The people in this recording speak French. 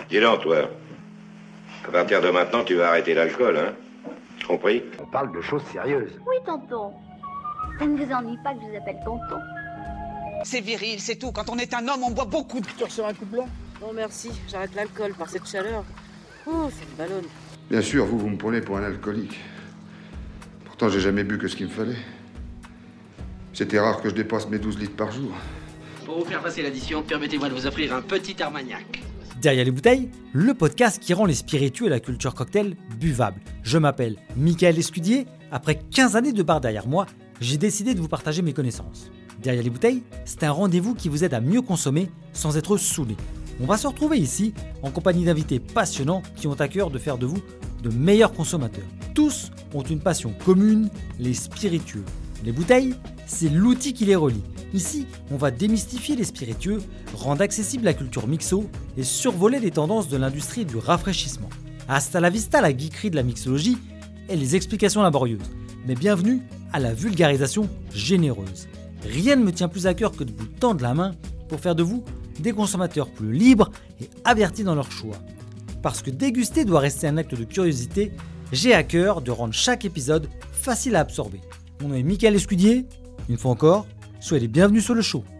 Dis donc, toi. À partir de maintenant, tu vas arrêter l'alcool, hein? Compris? On parle de choses sérieuses. Oui, tonton. Ça ne vous ennuie pas que je vous appelle tonton? C'est viril, c'est tout. Quand on est un homme, on boit beaucoup. Tu ressors un coup de blanc? Non merci, j'arrête l'alcool par cette chaleur. Oh, ça me ballonne. Bien sûr, vous me prenez pour un alcoolique. Pourtant, j'ai jamais bu que ce qu'il me fallait. C'était rare que je dépasse mes 12 litres par jour. Pour vous faire passer l'addition, permettez-moi de vous offrir un petit Armagnac. Derrière les bouteilles, le podcast qui rend les spiritueux et la culture cocktail buvables. Je m'appelle Michael Escudier. Après 15 années de bar derrière moi, j'ai décidé de vous partager mes connaissances. Derrière les bouteilles, c'est un rendez-vous qui vous aide à mieux consommer sans être saoulé. On va se retrouver ici en compagnie d'invités passionnants qui ont à cœur de faire de vous de meilleurs consommateurs. Tous ont une passion commune, les spiritueux. Les bouteilles, c'est l'outil qui les relie. Ici, on va démystifier les spiritueux, rendre accessible la culture mixo et survoler les tendances de l'industrie du rafraîchissement. Hasta la vista, la geekerie de la mixologie et les explications laborieuses. Mais bienvenue à la vulgarisation généreuse. Rien ne me tient plus à cœur que de vous tendre la main pour faire de vous des consommateurs plus libres et avertis dans leur choix. Parce que déguster doit rester un acte de curiosité, j'ai à cœur de rendre chaque épisode facile à absorber. Mon nom est Michael Escudier. Une fois encore, soyez les bienvenus sur le show.